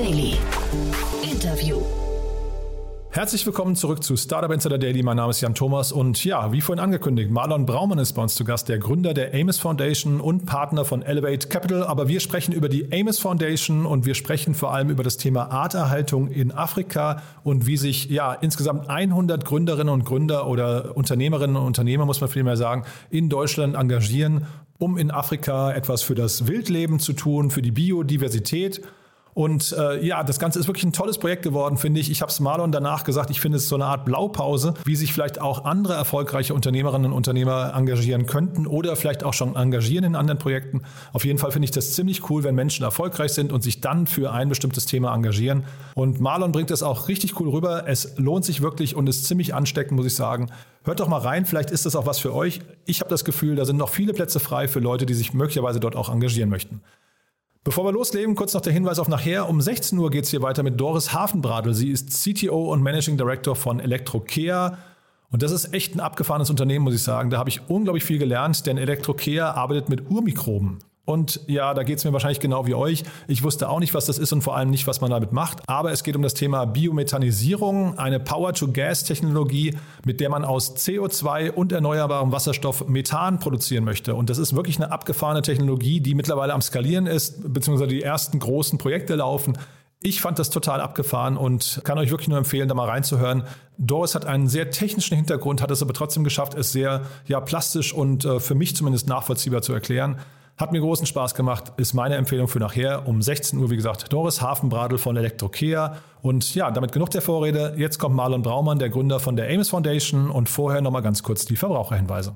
Daily. Interview. Herzlich willkommen zurück zu Startup Insider Daily. Mein Name ist Jan Thomas und ja, wie vorhin angekündigt, Marlon Braumann ist bei uns zu Gast, der Gründer der Amos Foundation und Partner von Elevate Capital. Aber wir sprechen über die Amos Foundation und wir sprechen vor allem über das Thema Arterhaltung in Afrika und wie sich insgesamt 100 Gründerinnen und Gründer oder Unternehmerinnen und Unternehmer, muss man vielmehr sagen, in Deutschland engagieren, um in Afrika etwas für das Wildleben zu tun, für die Biodiversität. Und das Ganze ist wirklich ein tolles Projekt geworden, finde ich. Ich habe es Marlon danach gesagt, ich finde es so eine Art Blaupause, wie sich vielleicht auch andere erfolgreiche Unternehmerinnen und Unternehmer engagieren könnten oder vielleicht auch schon engagieren in anderen Projekten. Auf jeden Fall finde ich das ziemlich cool, wenn Menschen erfolgreich sind und sich dann für ein bestimmtes Thema engagieren. Und Marlon bringt das auch richtig cool rüber. Es lohnt sich wirklich und ist ziemlich ansteckend, muss ich sagen. Hört doch mal rein, vielleicht ist das auch was für euch. Ich habe das Gefühl, da sind noch viele Plätze frei für Leute, die sich möglicherweise dort auch engagieren möchten. Bevor wir loslegen, kurz noch der Hinweis auf nachher. Um 16 Uhr geht es hier weiter mit Doris Hafenbradl. Sie ist CTO und Managing Director von Electrokea. Und das ist echt ein abgefahrenes Unternehmen, muss ich sagen. Da habe ich unglaublich viel gelernt, denn Electrokea arbeitet mit Urmikroben. Und ja, da geht es mir wahrscheinlich genau wie euch. Ich wusste auch nicht, was das ist und vor allem nicht, was man damit macht. Aber es geht um das Thema Biomethanisierung, eine Power-to-Gas-Technologie, mit der man aus CO2 und erneuerbarem Wasserstoff Methan produzieren möchte. Und das ist wirklich eine abgefahrene Technologie, die mittlerweile am Skalieren ist, beziehungsweise die ersten großen Projekte laufen. Ich fand das total abgefahren und kann euch wirklich nur empfehlen, da mal reinzuhören. Doris hat einen sehr technischen Hintergrund, hat es aber trotzdem geschafft, es sehr plastisch und für mich zumindest nachvollziehbar zu erklären. Hat mir großen Spaß gemacht, ist meine Empfehlung für nachher. Um 16 Uhr, wie gesagt, Doris Hafenbradl von Electrokea. Und ja, damit genug der Vorrede. Jetzt kommt Marlon Braumann, der Gründer von der Amos Foundation. Und vorher nochmal ganz kurz die Verbraucherhinweise.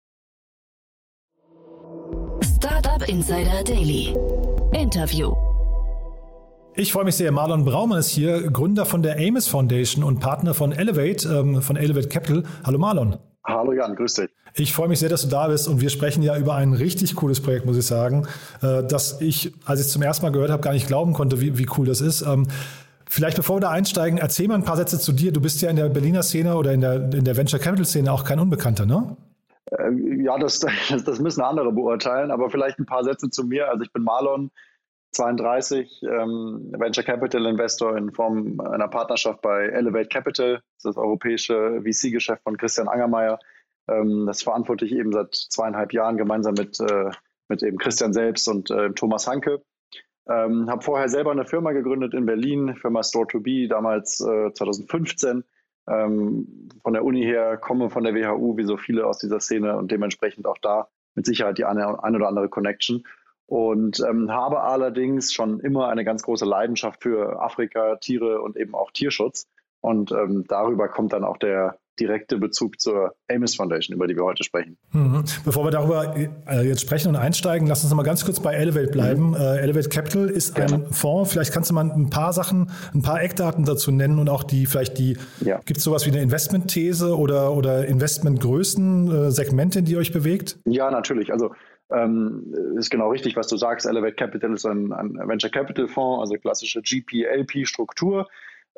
Startup Insider Daily. Interview. Ich freue mich sehr. Marlon Braumann ist hier, Gründer von der Amos Foundation und Partner von Elevate, von Elevate Capital. Hallo Marlon. Hallo Jan, grüß dich. Ich freue mich sehr, dass du da bist und wir sprechen ja über ein richtig cooles Projekt, muss ich sagen, das ich, als ich es zum ersten Mal gehört habe, gar nicht glauben konnte, wie cool das ist. Vielleicht bevor wir da einsteigen, erzähl mal ein paar Sätze zu dir. Du bist ja in der Berliner Szene oder in der Venture Capital Szene auch kein Unbekannter, ne? Ja, das müssen andere beurteilen, aber vielleicht ein paar Sätze zu mir. Also ich bin Marlon, 32, Venture Capital Investor in Form einer Partnerschaft bei Elevate Capital, das europäische VC-Geschäft von Christian Angermayer. Das verantworte ich eben seit 2,5 Jahren gemeinsam mit eben Christian selbst und Thomas Hanke. Habe vorher selber eine Firma gegründet in Berlin, Firma Store2Be, damals 2015. Von der Uni her, komme von der WHU, wie so viele aus dieser Szene und dementsprechend auch da mit Sicherheit die eine oder andere Connection. Und habe allerdings schon immer eine ganz große Leidenschaft für Afrika, Tiere und eben auch Tierschutz. Und darüber kommt dann auch der direkte Bezug zur Amos Foundation, über die wir heute sprechen. Bevor wir darüber jetzt sprechen und einsteigen, lass uns noch mal ganz kurz bei Elevate bleiben. Elevate Capital ist ein Fonds. Vielleicht kannst du mal ein paar Eckdaten dazu nennen und auch gibt es sowas wie eine Investmentthese oder Investmentgrößen, Segmente, die euch bewegt? Ja, natürlich. Also ist genau richtig, was du sagst. Elevate Capital ist ein Venture Capital Fonds, also klassische GP-LP-Struktur.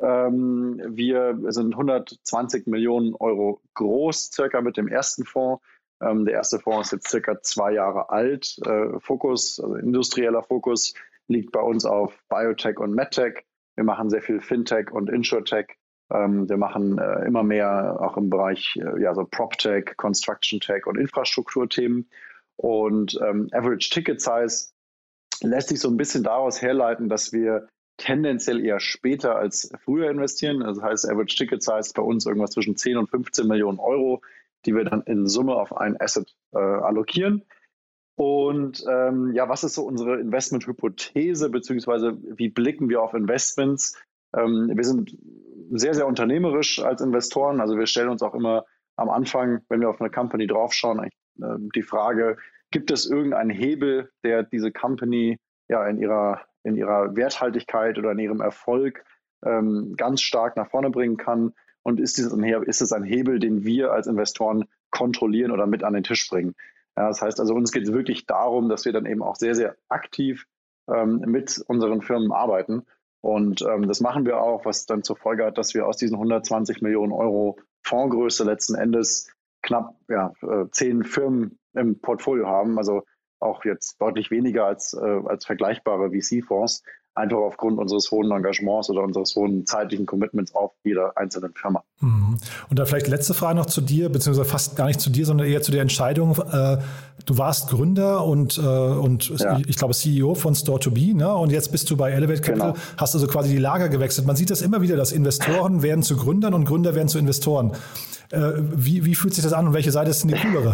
Wir sind 120 Millionen Euro groß, circa mit dem ersten Fonds. Der erste Fonds ist jetzt circa 2 Jahre alt. Fokus, also industrieller Fokus, liegt bei uns auf Biotech und MedTech. Wir machen sehr viel Fintech und InsurTech. Wir machen immer mehr auch im Bereich so PropTech, Construction Tech und Infrastrukturthemen. Und Average Ticket Size lässt sich so ein bisschen daraus herleiten, dass wir tendenziell eher später als früher investieren. Das heißt, Average Ticket Size bei uns irgendwas zwischen 10 und 15 Millionen Euro, die wir dann in Summe auf ein Asset allokieren. Und was ist so unsere Investmenthypothese, beziehungsweise wie blicken wir auf Investments? Wir sind sehr, sehr unternehmerisch als Investoren. Also wir stellen uns auch immer am Anfang, wenn wir auf eine Company draufschauen, die Frage, gibt es irgendeinen Hebel, der diese Company in ihrer Werthaltigkeit oder in ihrem Erfolg ganz stark nach vorne bringen kann? Und ist es ein Hebel, den wir als Investoren kontrollieren oder mit an den Tisch bringen? Ja, das heißt also, uns geht es wirklich darum, dass wir dann eben auch sehr, sehr aktiv mit unseren Firmen arbeiten. Und das machen wir auch, was dann zur Folge hat, dass wir aus diesen 120 Millionen Euro Fondsgröße letzten Endes knapp 10 Firmen im Portfolio haben, also auch jetzt deutlich weniger als vergleichbare VC-Fonds. einfach aufgrund unseres hohen Engagements oder unseres hohen zeitlichen Commitments auf jeder einzelnen Firma. Und dann vielleicht letzte Frage noch zu dir, beziehungsweise fast gar nicht zu dir, sondern eher zu der Entscheidung. Du warst Gründer und ich glaube CEO von Store2B, ne? Und jetzt bist du bei Elevate Capital, hast also quasi die Lager gewechselt. Man sieht das immer wieder, dass Investoren werden zu Gründern und Gründer werden zu Investoren. Wie fühlt sich das an und welche Seite ist denn die coolere?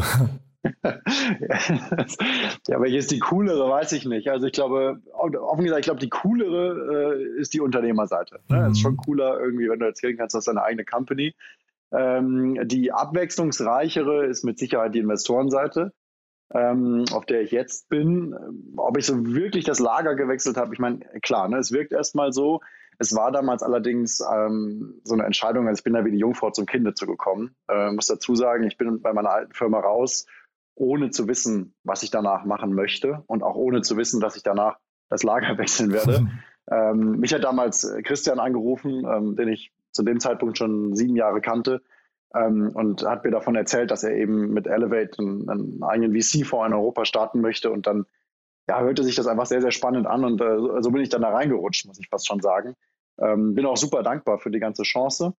Ja, welche ist die coolere, weiß ich nicht. Also ich glaube, offen gesagt, die coolere ist die Unternehmerseite. Es ist schon cooler irgendwie, wenn du erzählen kannst, du hast deine eigene Company. Die abwechslungsreichere ist mit Sicherheit die Investorenseite, auf der ich jetzt bin. Ob ich so wirklich das Lager gewechselt habe, ich meine, klar, ne, es wirkt erstmal so. Es war damals allerdings so eine Entscheidung, also ich bin da wie die Jungfrau zum Kinde zugekommen. Muss dazu sagen, ich bin bei meiner alten Firma raus, ohne zu wissen, was ich danach machen möchte und auch ohne zu wissen, dass ich danach das Lager wechseln werde. Mich hat damals Christian angerufen, den ich zu dem Zeitpunkt schon 7 Jahre kannte, und hat mir davon erzählt, dass er eben mit Elevate einen eigenen VC-Fonds in Europa starten möchte. Und dann hörte sich das einfach sehr, sehr spannend an und so bin ich dann da reingerutscht, muss ich fast schon sagen. Bin auch super dankbar für die ganze Chance.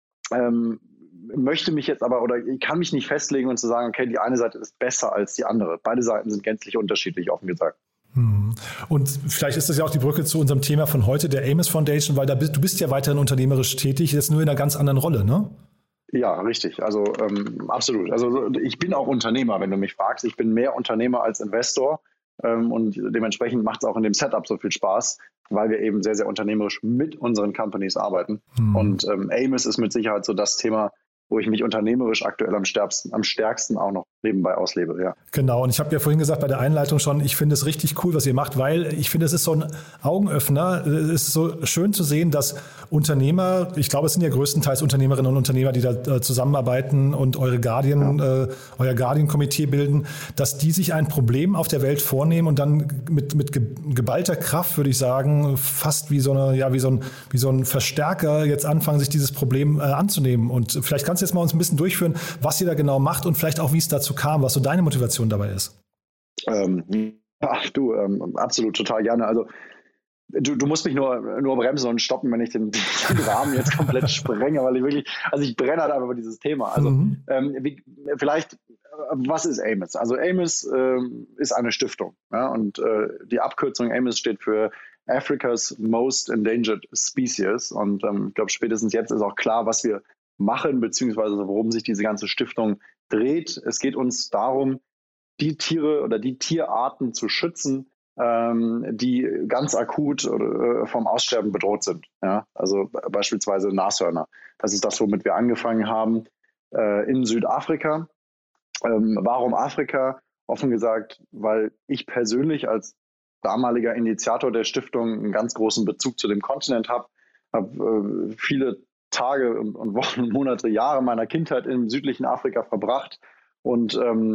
Möchte mich jetzt aber, oder ich kann mich nicht festlegen und zu sagen, okay, die eine Seite ist besser als die andere. Beide Seiten sind gänzlich unterschiedlich, offen gesagt. Und vielleicht ist das ja auch die Brücke zu unserem Thema von heute, der Amos Foundation, weil du bist ja weiterhin unternehmerisch tätig, jetzt nur in einer ganz anderen Rolle, ne? Ja, richtig. Also absolut. Also ich bin auch Unternehmer, wenn du mich fragst. Ich bin mehr Unternehmer als Investor. Und dementsprechend macht es auch in dem Setup so viel Spaß, weil wir eben sehr, sehr unternehmerisch mit unseren Companies arbeiten. Und Amos ist mit Sicherheit so das Thema, wo ich mich unternehmerisch aktuell am stärksten auch noch nebenbei auslebe. Ja. Genau, und ich habe ja vorhin gesagt bei der Einleitung schon, ich finde es richtig cool, was ihr macht, weil ich finde, es ist so ein Augenöffner. Es ist so schön zu sehen, dass Unternehmer, ich glaube, es sind ja größtenteils Unternehmerinnen und Unternehmer, die da zusammenarbeiten und euer Guardian-Komitee bilden, dass die sich ein Problem auf der Welt vornehmen und dann mit geballter Kraft, würde ich sagen, fast wie so ein Verstärker jetzt anfangen, sich dieses Problem anzunehmen. Und vielleicht kannst du jetzt mal uns ein bisschen durchführen, was ihr da genau macht und vielleicht auch, wie es dazu kam, was so deine Motivation dabei ist. Absolut, total gerne. Also du musst mich nur bremsen und stoppen, wenn ich den Rahmen jetzt komplett sprenge, weil ich brenne halt einfach über dieses Thema. Also was ist Amos? Also Amos ist eine Stiftung, ja, und die Abkürzung Amos steht für Africa's Most Endangered Species und ich glaube, spätestens jetzt ist auch klar, was wir machen, beziehungsweise worum sich diese ganze Stiftung dreht. Es geht uns darum, die Tiere oder die Tierarten zu schützen, die ganz akut vom Aussterben bedroht sind. Ja? Also beispielsweise Nashörner. Das ist das, womit wir angefangen haben in Südafrika. Warum Afrika? Offen gesagt, weil ich persönlich als damaliger Initiator der Stiftung einen ganz großen Bezug zu dem Kontinent habe. Habe viele Tage und Wochen und Monate, Jahre meiner Kindheit im südlichen Afrika verbracht und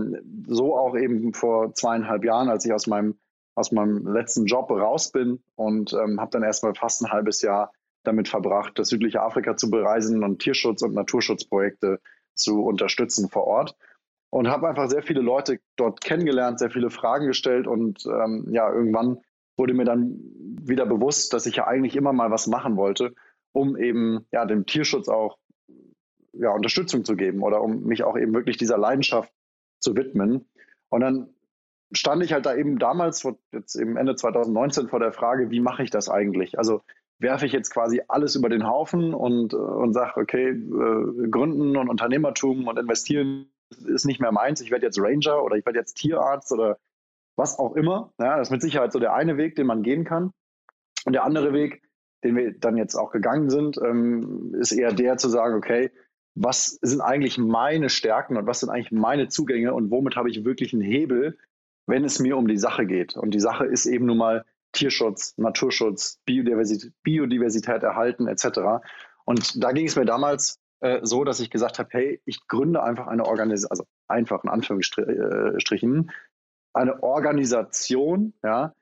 so auch eben vor 2,5 Jahren, als ich aus meinem letzten Job raus bin und habe dann erstmal fast ein halbes Jahr damit verbracht, das südliche Afrika zu bereisen und Tierschutz- und Naturschutzprojekte zu unterstützen vor Ort und habe einfach sehr viele Leute dort kennengelernt, sehr viele Fragen gestellt und irgendwann wurde mir dann wieder bewusst, dass ich ja eigentlich immer mal was machen wollte, um eben dem Tierschutz auch Unterstützung zu geben oder um mich auch eben wirklich dieser Leidenschaft zu widmen. Und dann stand ich halt da eben damals, jetzt eben Ende 2019, vor der Frage, wie mache ich das eigentlich? Also werfe ich jetzt quasi alles über den Haufen und sage, okay, Gründen und Unternehmertum und Investieren ist nicht mehr meins. Ich werde jetzt Ranger oder ich werde jetzt Tierarzt oder was auch immer. Ja, das ist mit Sicherheit so der eine Weg, den man gehen kann. Und der andere Weg, den wir dann jetzt auch gegangen sind, ist eher der zu sagen, okay, was sind eigentlich meine Stärken und was sind eigentlich meine Zugänge und womit habe ich wirklich einen Hebel, wenn es mir um die Sache geht. Und die Sache ist eben nun mal Tierschutz, Naturschutz, Biodiversität erhalten etc. Und da ging es mir damals so, dass ich gesagt habe, hey, ich gründe einfach eine Organisation, also einfach in Anführungsstrichen, eine Organisation, ja,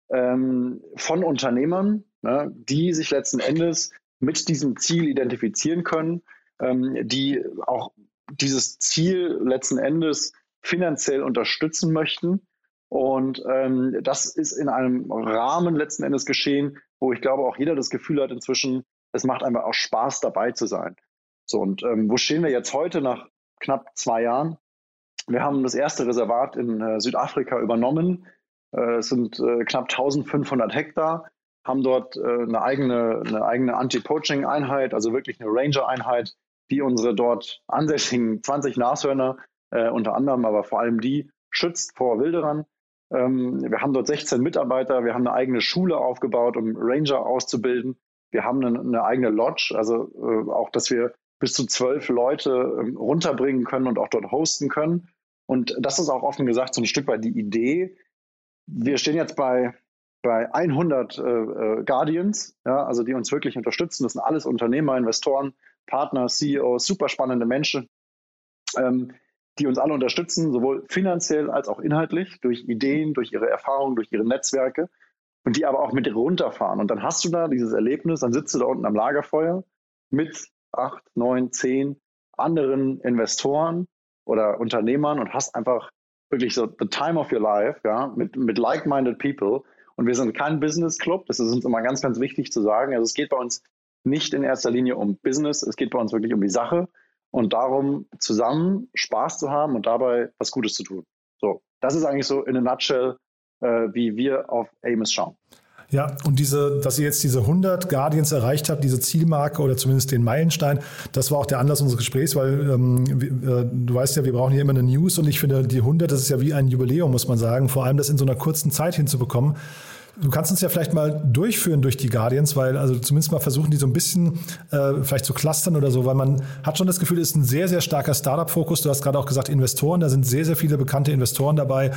von Unternehmern, ne, die sich letzten Endes mit diesem Ziel identifizieren können, die auch dieses Ziel letzten Endes finanziell unterstützen möchten Und das ist in einem Rahmen letzten Endes geschehen, wo ich glaube, auch jeder das Gefühl hat inzwischen, es macht einfach auch Spaß, dabei zu sein. So, und wo stehen wir jetzt heute nach knapp 2 Jahren? Wir haben das erste Reservat in Südafrika übernommen. Es sind knapp 1500 Hektar, haben dort eine eigene Anti-Poaching-Einheit, also wirklich eine Ranger-Einheit, die unsere dort ansässigen 20 Nashörner, unter anderem, aber vor allem die, schützt vor Wilderern. Wir haben dort 16 Mitarbeiter, wir haben eine eigene Schule aufgebaut, um Ranger auszubilden. Wir haben eine eigene Lodge, also auch, dass wir bis zu 12 Leute runterbringen können und auch dort hosten können. Und das ist auch offen gesagt so ein Stück weit die Idee. Wir stehen jetzt bei 100 Guardians, ja, also die uns wirklich unterstützen. Das sind alles Unternehmer, Investoren, Partner, CEOs, super spannende Menschen, die uns alle unterstützen, sowohl finanziell als auch inhaltlich, durch Ideen, durch ihre Erfahrungen, durch ihre Netzwerke und die aber auch mit runterfahren. Und dann hast du da dieses Erlebnis, dann sitzt du da unten am Lagerfeuer mit 8, 9, 10 anderen Investoren oder Unternehmern und hast einfach wirklich so the time of your life, ja, mit like-minded people. Und wir sind kein Business Club, das ist uns immer ganz, ganz wichtig zu sagen. Also es geht bei uns nicht in erster Linie um Business, es geht bei uns wirklich um die Sache und darum, zusammen Spaß zu haben und dabei was Gutes zu tun. So, das ist eigentlich so in a nutshell, wie wir auf AMOS schauen. Ja, und dass ihr jetzt diese 100 Guardians erreicht habt, diese Zielmarke oder zumindest den Meilenstein, das war auch der Anlass unseres Gesprächs, weil du weißt ja, wir brauchen hier immer eine News und ich finde, die 100, das ist ja wie ein Jubiläum, muss man sagen, vor allem das in so einer kurzen Zeit hinzubekommen. Du kannst uns ja vielleicht mal durchführen durch die Guardians, weil also zumindest mal versuchen, die so ein bisschen vielleicht zu clustern oder so, weil man hat schon das Gefühl, es ist ein sehr, sehr starker Startup-Fokus. Du hast gerade auch gesagt Investoren, da sind sehr, sehr viele bekannte Investoren dabei.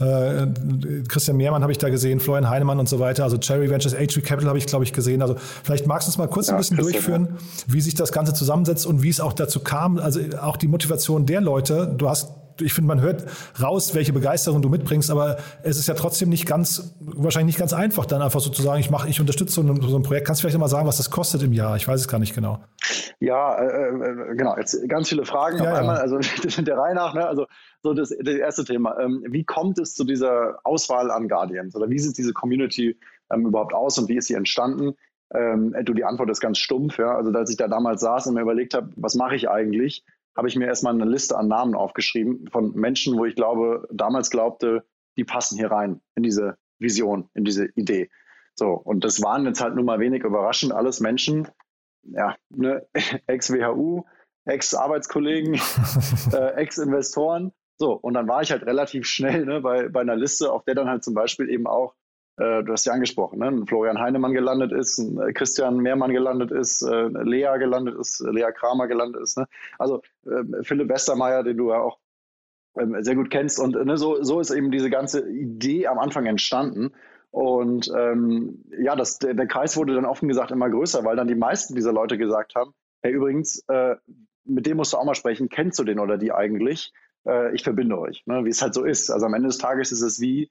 Christian Mehrmann habe ich da gesehen, Florian Heinemann und so weiter. Also Cherry Ventures, HV Capital habe ich, glaube ich, gesehen. Also vielleicht magst du uns mal kurz ein bisschen durchführen, wie sich das Ganze zusammensetzt und wie es auch dazu kam. Also auch die Motivation der Leute. Ich finde, man hört raus, welche Begeisterung du mitbringst, aber es ist ja trotzdem wahrscheinlich nicht ganz einfach, dann einfach so zu sagen, ich unterstütze so ein Projekt. Kannst du vielleicht mal sagen, was das kostet im Jahr? Ich weiß es gar nicht genau. Ja, genau. Jetzt ganz viele Fragen auf einmal. Also der Reihe nach, ne? Also so das erste Thema. Wie kommt es zu dieser Auswahl an Guardians? Oder wie sieht diese Community überhaupt aus und wie ist sie entstanden? Die Antwort ist ganz stumpf. Ja? Also als ich da damals saß und mir überlegt habe, was mache ich eigentlich, habe ich mir erstmal eine Liste an Namen aufgeschrieben von Menschen, wo ich damals glaubte, die passen hier rein in diese Vision, in diese Idee. So, und das waren jetzt halt nur mal wenig überraschend alles Menschen, ja, ne, Ex-WHU, Ex-Arbeitskollegen, Ex-Investoren. So, und dann war ich halt relativ schnell bei einer Liste, auf der dann halt zum Beispiel eben auch, du hast ja angesprochen, ne, ein Florian Heinemann gelandet ist, ein Christian Mehrmann gelandet ist, Lea gelandet ist, Lea Kramer gelandet ist. Ne? Also Philipp Westermeier, den du ja auch sehr gut kennst. Und ne, so ist eben diese ganze Idee am Anfang entstanden. Und ja, der Kreis wurde dann offen gesagt immer größer, weil dann die meisten dieser Leute gesagt haben, hey, übrigens, mit dem musst du auch mal sprechen, kennst du den oder die eigentlich? Ich verbinde euch, ne? Wie es halt so ist. Also am Ende des Tages ist es wie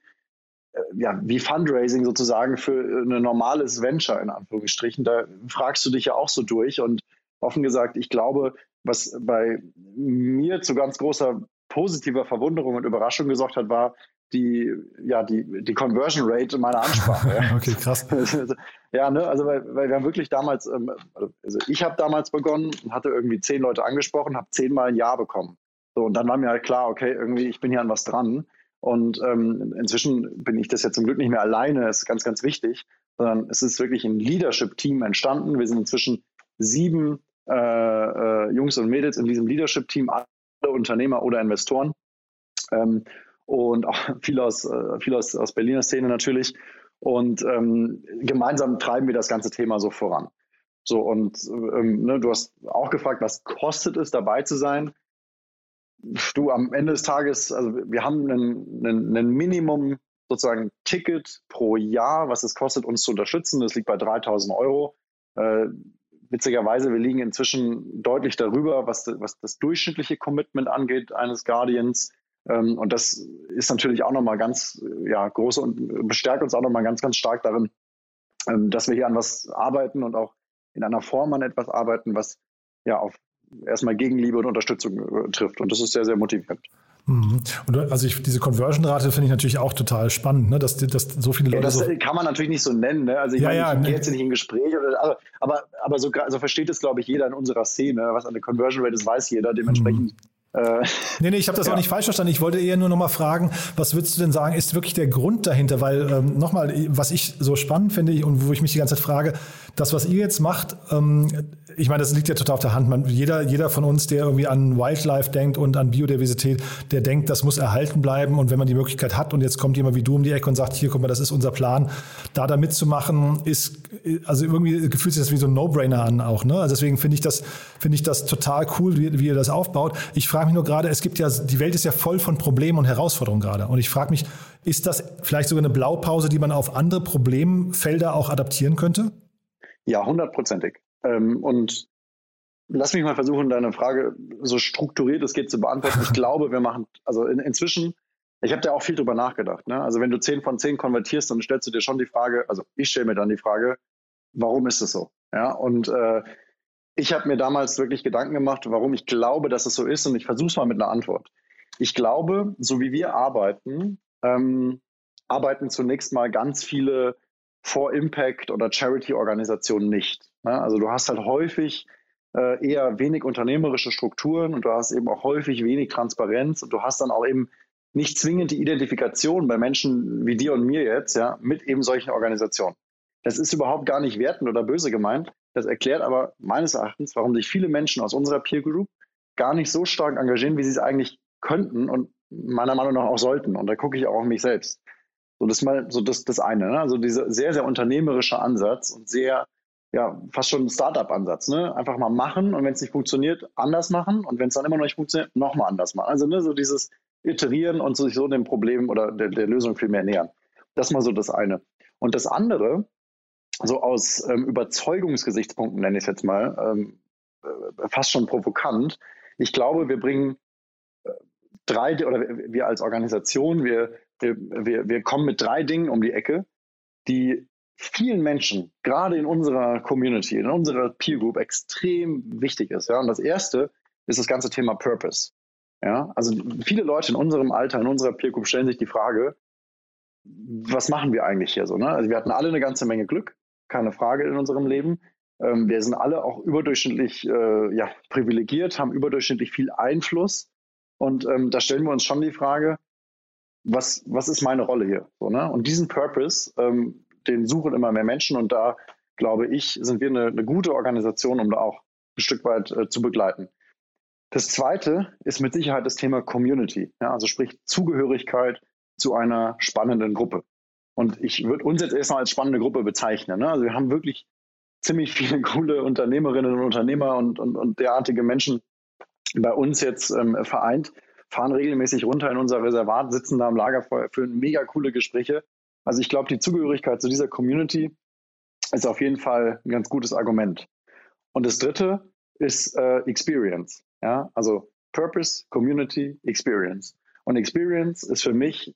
Fundraising sozusagen für ein normales Venture in Anführungsstrichen. Da fragst du dich ja auch so durch. Und offen gesagt, ich glaube, was bei mir zu ganz großer positiver Verwunderung und Überraschung gesorgt hat, war die Conversion Rate meiner Ansprache. Ja. Okay, krass. Ja, ne, also weil wir haben wirklich damals, also ich habe damals begonnen und hatte irgendwie 10 Leute angesprochen, habe 10-mal ein Ja bekommen. So, und dann war mir halt klar, okay, irgendwie, ich bin hier an was dran. Und inzwischen bin ich das ja zum Glück nicht mehr alleine, das ist ganz, ganz wichtig, sondern es ist wirklich ein Leadership-Team entstanden. Wir sind inzwischen 7 Jungs und Mädels in diesem Leadership-Team, alle Unternehmer oder Investoren und auch viel aus Berliner Szene natürlich. Und gemeinsam treiben wir das ganze Thema so voran. So, und ne, du hast auch gefragt, was kostet es, dabei zu sein? Du, am Ende des Tages, also wir haben einen Minimum sozusagen Ticket pro Jahr, was es kostet, uns zu unterstützen. Das liegt bei 3.000 €. Witzigerweise, wir liegen inzwischen deutlich darüber, was das durchschnittliche Commitment angeht eines Guardians. Und das ist natürlich auch nochmal ganz groß und bestärkt uns auch nochmal ganz, ganz stark darin, dass wir hier an was arbeiten und auch in einer Form an etwas arbeiten, was ja auf erstmal Gegenliebe und Unterstützung trifft. Und das ist sehr, sehr motivierend. Und also diese Conversion-Rate finde ich natürlich auch total spannend, ne? dass so viele Leute. Das kann man natürlich nicht so nennen. Ne? Also ich gehe jetzt nicht in ein Gespräch, aber so versteht es, glaube ich, jeder in unserer Szene. Was eine Conversion Rate ist, weiß jeder. Dementsprechend. Nee, ich habe das auch nicht falsch verstanden. Ich wollte eher nur noch mal fragen, was würdest du denn sagen, ist wirklich der Grund dahinter? Weil nochmal, was ich so spannend finde und wo ich mich die ganze Zeit frage, das, was ihr jetzt macht, ich meine, das liegt ja total auf der Hand. Jeder von uns, der irgendwie an Wildlife denkt und an Biodiversität, der denkt, das muss erhalten bleiben. Und wenn man die Möglichkeit hat und jetzt kommt jemand wie du um die Ecke und sagt, hier, guck mal, das ist unser Plan, da mitzumachen, also irgendwie fühlt sich das wie so ein No-Brainer an auch. Ne? Also deswegen finde ich das total cool, wie ihr das aufbaut. Ich frage mich nur gerade, die Welt ist ja voll von Problemen und Herausforderungen gerade. Und ich frage mich, ist das vielleicht sogar eine Blaupause, die man auf andere Problemfelder auch adaptieren könnte? Ja, 100%ig. Und lass mich mal versuchen, deine Frage so strukturiert es geht zu beantworten. Ich glaube, wir machen, also inzwischen, ich habe da auch viel drüber nachgedacht. Ne? Also wenn du 10 von 10 konvertierst, dann stellst du dir schon die Frage, also ich stelle mir dann die Frage, warum ist es so? Ja, und ich habe mir damals wirklich Gedanken gemacht, warum ich glaube, dass es so ist, und ich versuche es mal mit einer Antwort. Ich glaube, so wie wir arbeiten, arbeiten zunächst mal ganz viele For-Impact- oder Charity-Organisationen nicht. Ne? Also du hast halt häufig eher wenig unternehmerische Strukturen und du hast eben auch häufig wenig Transparenz und du hast dann auch eben nicht zwingend die Identifikation bei Menschen wie dir und mir jetzt, ja, mit eben solchen Organisationen. Das ist überhaupt gar nicht wertend oder böse gemeint. Das erklärt aber meines Erachtens, warum sich viele Menschen aus unserer Peer Group gar nicht so stark engagieren, wie sie es eigentlich könnten und meiner Meinung nach auch sollten. Und da gucke ich auch auf mich selbst. So, das ist mal so das eine. Ne? Also dieser sehr, sehr unternehmerische Ansatz und sehr, ja, fast schon ein Startup-Ansatz. Ne? Einfach mal machen und wenn es nicht funktioniert, anders machen und wenn es dann immer noch nicht funktioniert, nochmal anders machen. Also so dieses Iterieren und sich so dem Problem oder der Lösung viel mehr nähern. Das ist mal so das eine. Und das andere, so aus Überzeugungsgesichtspunkten nenne ich es jetzt mal, fast schon provokant. Ich glaube, wir bringen wir als Organisation, wir kommen mit 3 Dingen um die Ecke, die vielen Menschen, gerade in unserer Community, in unserer Peer Group, extrem wichtig ist. Ja? Und das erste ist das ganze Thema Purpose. Ja? Also viele Leute in unserem Alter, in unserer Peer Group stellen sich die Frage, was machen wir eigentlich hier so? Ne? Also wir hatten alle eine ganze Menge Glück, keine Frage, in unserem Leben. Wir sind alle auch überdurchschnittlich privilegiert, haben überdurchschnittlich viel Einfluss. Und da stellen wir uns schon die Frage, was ist meine Rolle hier? So, ne? Und diesen Purpose, den suchen immer mehr Menschen. Und da, glaube ich, sind wir eine gute Organisation, um da auch ein Stück weit zu begleiten. Das Zweite ist mit Sicherheit das Thema Community. Ja? Also sprich Zugehörigkeit zu einer spannenden Gruppe. Und ich würde uns jetzt erstmal als spannende Gruppe bezeichnen. Ne? Also wir haben wirklich ziemlich viele coole Unternehmerinnen und Unternehmer und derartige Menschen bei uns jetzt vereint, fahren regelmäßig runter in unser Reservat, sitzen da am Lagerfeuer, führen mega coole Gespräche. Also ich glaube, die Zugehörigkeit zu dieser Community ist auf jeden Fall ein ganz gutes Argument. Und das Dritte ist Experience. Ja? Also Purpose, Community, Experience. Und Experience ist für mich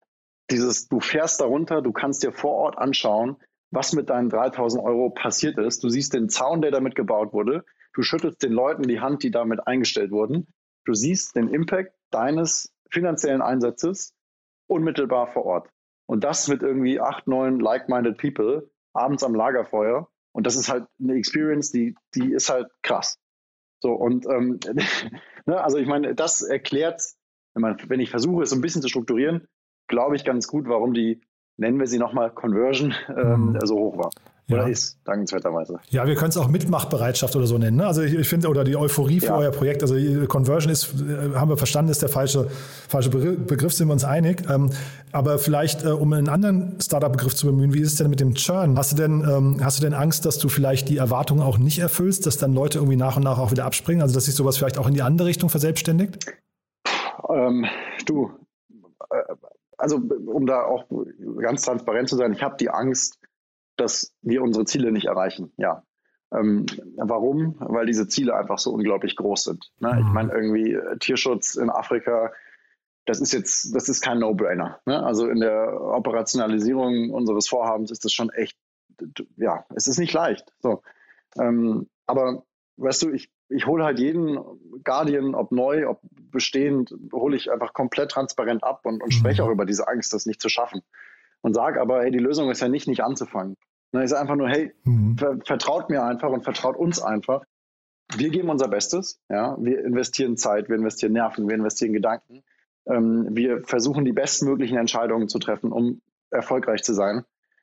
du fährst da runter, du kannst dir vor Ort anschauen, was mit deinen 3.000 Euro passiert ist. Du siehst den Zaun, der damit gebaut wurde. Du schüttelst den Leuten die Hand, die damit eingestellt wurden. Du siehst den Impact deines finanziellen Einsatzes unmittelbar vor Ort. Und das mit irgendwie 8, 9 like-minded people abends am Lagerfeuer. Und das ist halt eine Experience, die ist halt krass. So, und ne, also ich meine, das erklärt, wenn ich versuche, es so ein bisschen zu strukturieren, glaube ich ganz gut, warum die, nennen wir sie nochmal, Conversion so hoch war. Oder ist, dankenswerterweise. Ja, wir können es auch Mitmachbereitschaft oder so nennen. Ne? Also ich finde, oder die Euphorie für euer Projekt, also Conversion ist, haben wir verstanden, ist der falsche Begriff, sind wir uns einig. Aber vielleicht, um einen anderen Startup-Begriff zu bemühen, wie ist es denn mit dem Churn? Hast du denn Angst, dass du vielleicht die Erwartungen auch nicht erfüllst, dass dann Leute irgendwie nach und nach auch wieder abspringen? Also dass sich sowas vielleicht auch in die andere Richtung verselbstständigt? Also um da auch ganz transparent zu sein, ich habe die Angst, dass wir unsere Ziele nicht erreichen. Ja. Warum? Weil diese Ziele einfach so unglaublich groß sind. Ne? Ich meine, irgendwie Tierschutz in Afrika, das ist kein No-Brainer. Ne? Also in der Operationalisierung unseres Vorhabens ist das schon echt, ja, es ist nicht leicht. So. Aber weißt du, ich hole halt jeden Guardian, ob neu, ob bestehend hole ich einfach komplett transparent ab und spreche auch über diese Angst, das nicht zu schaffen. Und sage aber, hey, die Lösung ist ja nicht anzufangen. Ich sage einfach nur, hey, vertraut mir einfach und vertraut uns einfach. Wir geben unser Bestes, ja, wir investieren Zeit, wir investieren Nerven, wir investieren Gedanken. Wir versuchen die bestmöglichen Entscheidungen zu treffen, um erfolgreich zu sein.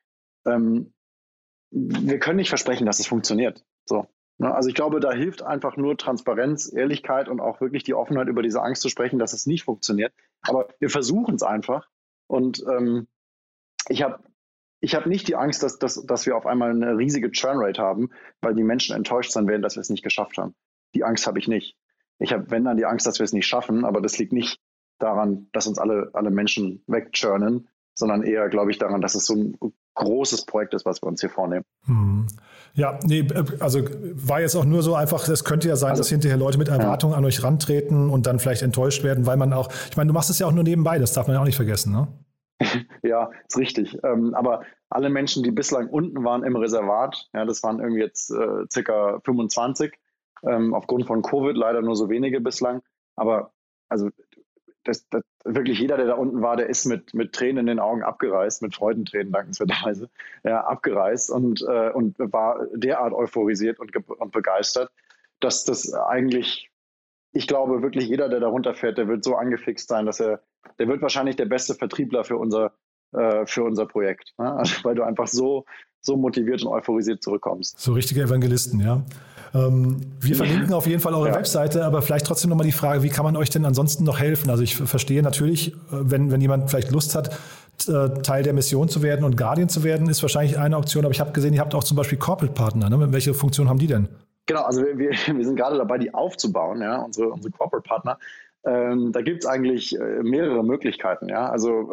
Wir können nicht versprechen, dass es funktioniert. So. Also ich glaube, da hilft einfach nur Transparenz, Ehrlichkeit und auch wirklich die Offenheit, über diese Angst zu sprechen, dass es nicht funktioniert. Aber wir versuchen es einfach. Und ich habe nicht die Angst, dass wir auf einmal eine riesige Churn-Rate haben, weil die Menschen enttäuscht sein werden, dass wir es nicht geschafft haben. Die Angst habe ich nicht. Ich habe, wenn dann, die Angst, dass wir es nicht schaffen, aber das liegt nicht daran, dass uns alle Menschen wegchurnen, sondern eher, glaube ich, daran, dass es so ein großes Projekt ist, was wir uns hier vornehmen. Ja, nee, also war jetzt auch nur so einfach, es könnte ja sein, dass hinterher Leute mit Erwartungen an euch rantreten und dann vielleicht enttäuscht werden, weil man auch, ich meine, du machst es ja auch nur nebenbei, das darf man ja auch nicht vergessen, ne? Ja, ist richtig. Aber alle Menschen, die bislang unten waren im Reservat, ja, das waren irgendwie jetzt circa 25, aufgrund von Covid leider nur so wenige bislang. Aber also das wirklich jeder, der da unten war, der ist mit Tränen in den Augen abgereist, mit Freudentränen dankenswerterweise, ja, abgereist und war derart euphorisiert und begeistert, dass das eigentlich, ich glaube wirklich jeder, der da runterfährt, der wird so angefixt sein, dass der wird wahrscheinlich der beste Vertriebler für unser Projekt, ne? Also, weil du einfach so motiviert und euphorisiert zurückkommst. So richtige Evangelisten, ja. Wir verlinken auf jeden Fall eure Webseite, aber vielleicht trotzdem nochmal die Frage, wie kann man euch denn ansonsten noch helfen? Also ich verstehe natürlich, wenn jemand vielleicht Lust hat, Teil der Mission zu werden und Guardian zu werden, ist wahrscheinlich eine Option, aber ich habe gesehen, ihr habt auch zum Beispiel Corporate Partner, ne? Welche Funktion haben die denn? Genau, also wir sind gerade dabei, die aufzubauen, ja, unsere Corporate Partner. Da gibt es eigentlich mehrere Möglichkeiten, ja, also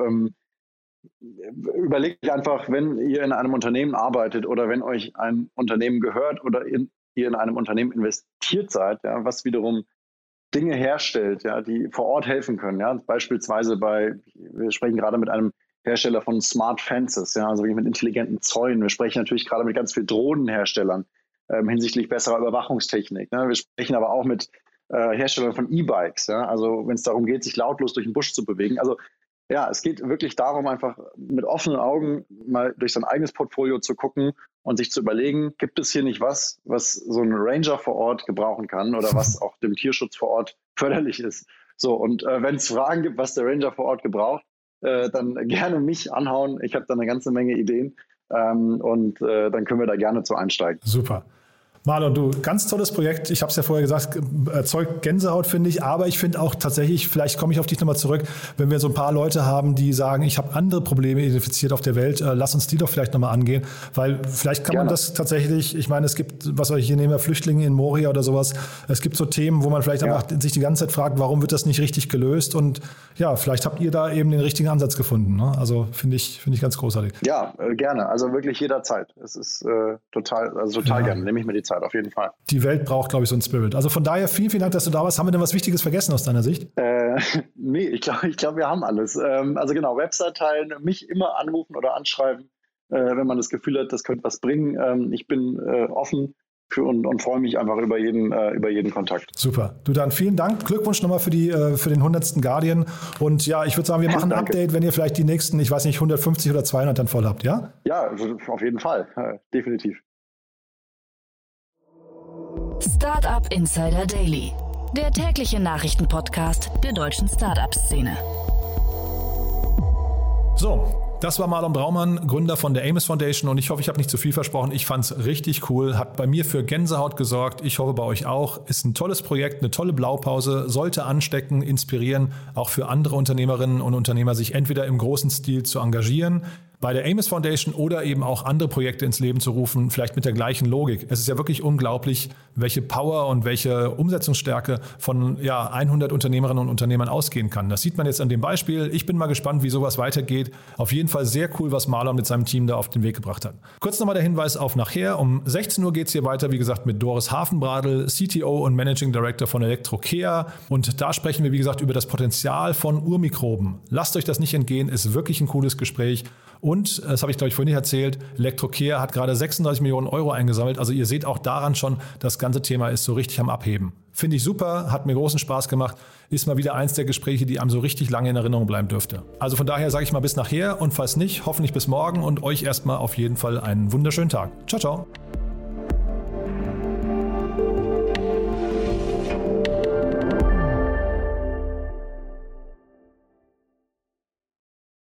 überlegt einfach, wenn ihr in einem Unternehmen arbeitet oder wenn euch ein Unternehmen gehört oder ihr in einem Unternehmen investiert seid, ja, was wiederum Dinge herstellt, ja, die vor Ort helfen können. Ja, beispielsweise wir sprechen gerade mit einem Hersteller von Smart Fences, ja, also mit intelligenten Zäunen. Wir sprechen natürlich gerade mit ganz vielen Drohnenherstellern hinsichtlich besserer Überwachungstechnik. Ne? Wir sprechen aber auch mit Herstellern von E-Bikes, ja, also wenn es darum geht, sich lautlos durch den Busch zu bewegen. Also ja, es geht wirklich darum, einfach mit offenen Augen mal durch sein eigenes Portfolio zu gucken und sich zu überlegen, gibt es hier nicht was so ein Ranger vor Ort gebrauchen kann oder was auch dem Tierschutz vor Ort förderlich ist. So, und wenn es Fragen gibt, was der Ranger vor Ort gebraucht, dann gerne mich anhauen. Ich habe da eine ganze Menge Ideen und dann können wir da gerne zu einsteigen. Super. Marlon, du, ganz tolles Projekt. Ich habe es ja vorher gesagt, erzeugt Gänsehaut, finde ich. Aber ich finde auch tatsächlich, vielleicht komme ich auf dich nochmal zurück, wenn wir so ein paar Leute haben, die sagen, ich habe andere Probleme identifiziert auf der Welt, lass uns die doch vielleicht nochmal angehen. Weil vielleicht kann man das tatsächlich, ich meine, es gibt, hier nehmen wir Flüchtlinge in Moria oder sowas. Es gibt so Themen, wo man vielleicht einfach sich die ganze Zeit fragt, warum wird das nicht richtig gelöst? Und ja, vielleicht habt ihr da eben den richtigen Ansatz gefunden. Ne? Also finde ich ganz großartig. Ja, gerne. Also wirklich jederzeit. Es ist total gerne. Nehme ich mir die Zeit. Auf jeden Fall. Die Welt braucht, glaube ich, so einen Spirit. Also von daher vielen Dank, dass du da warst. Haben wir denn was Wichtiges vergessen aus deiner Sicht? Nee, ich glaube, wir haben alles. Also genau, Website teilen, mich immer anrufen oder anschreiben, wenn man das Gefühl hat, das könnte was bringen. Ich bin offen und freue mich einfach über jeden Kontakt. Super. Du, dann vielen Dank. Glückwunsch nochmal für den 100. Guardian. Und ja, ich würde sagen, wir machen ein Update, wenn ihr vielleicht die nächsten, ich weiß nicht, 150 oder 200 dann voll habt, ja? Ja, auf jeden Fall. Definitiv. Startup Insider Daily, der tägliche Nachrichtenpodcast der deutschen Startup-Szene. So, das war Marlon Braumann, Gründer von der Amos Foundation und ich hoffe, ich habe nicht zu viel versprochen. Ich fand es richtig cool, hat bei mir für Gänsehaut gesorgt. Ich hoffe, bei euch auch. Ist ein tolles Projekt, eine tolle Blaupause, sollte anstecken, inspirieren, auch für andere Unternehmerinnen und Unternehmer, sich entweder im großen Stil zu engagieren, bei der Amos Foundation oder eben auch andere Projekte ins Leben zu rufen, vielleicht mit der gleichen Logik. Es ist ja wirklich unglaublich, welche Power und welche Umsetzungsstärke von 100 Unternehmerinnen und Unternehmern ausgehen kann. Das sieht man jetzt an dem Beispiel. Ich bin mal gespannt, wie sowas weitergeht. Auf jeden Fall sehr cool, was Marlon mit seinem Team da auf den Weg gebracht hat. Kurz nochmal der Hinweis auf nachher. Um 16 Uhr geht es hier weiter, wie gesagt, mit Doris Hafenbradl, CTO und Managing Director von Electrokea. Und da sprechen wir, wie gesagt, über das Potenzial von Urmikroben. Lasst euch das nicht entgehen, ist wirklich ein cooles Gespräch. Und, das habe ich glaube ich vorhin nicht erzählt, Electrocare hat gerade 36 Millionen Euro eingesammelt. Also ihr seht auch daran schon, das ganze Thema ist so richtig am Abheben. Finde ich super, hat mir großen Spaß gemacht. Ist mal wieder eins der Gespräche, die einem so richtig lange in Erinnerung bleiben dürfte. Also von daher sage ich mal bis nachher und falls nicht, hoffentlich bis morgen und euch erstmal auf jeden Fall einen wunderschönen Tag. Ciao, ciao.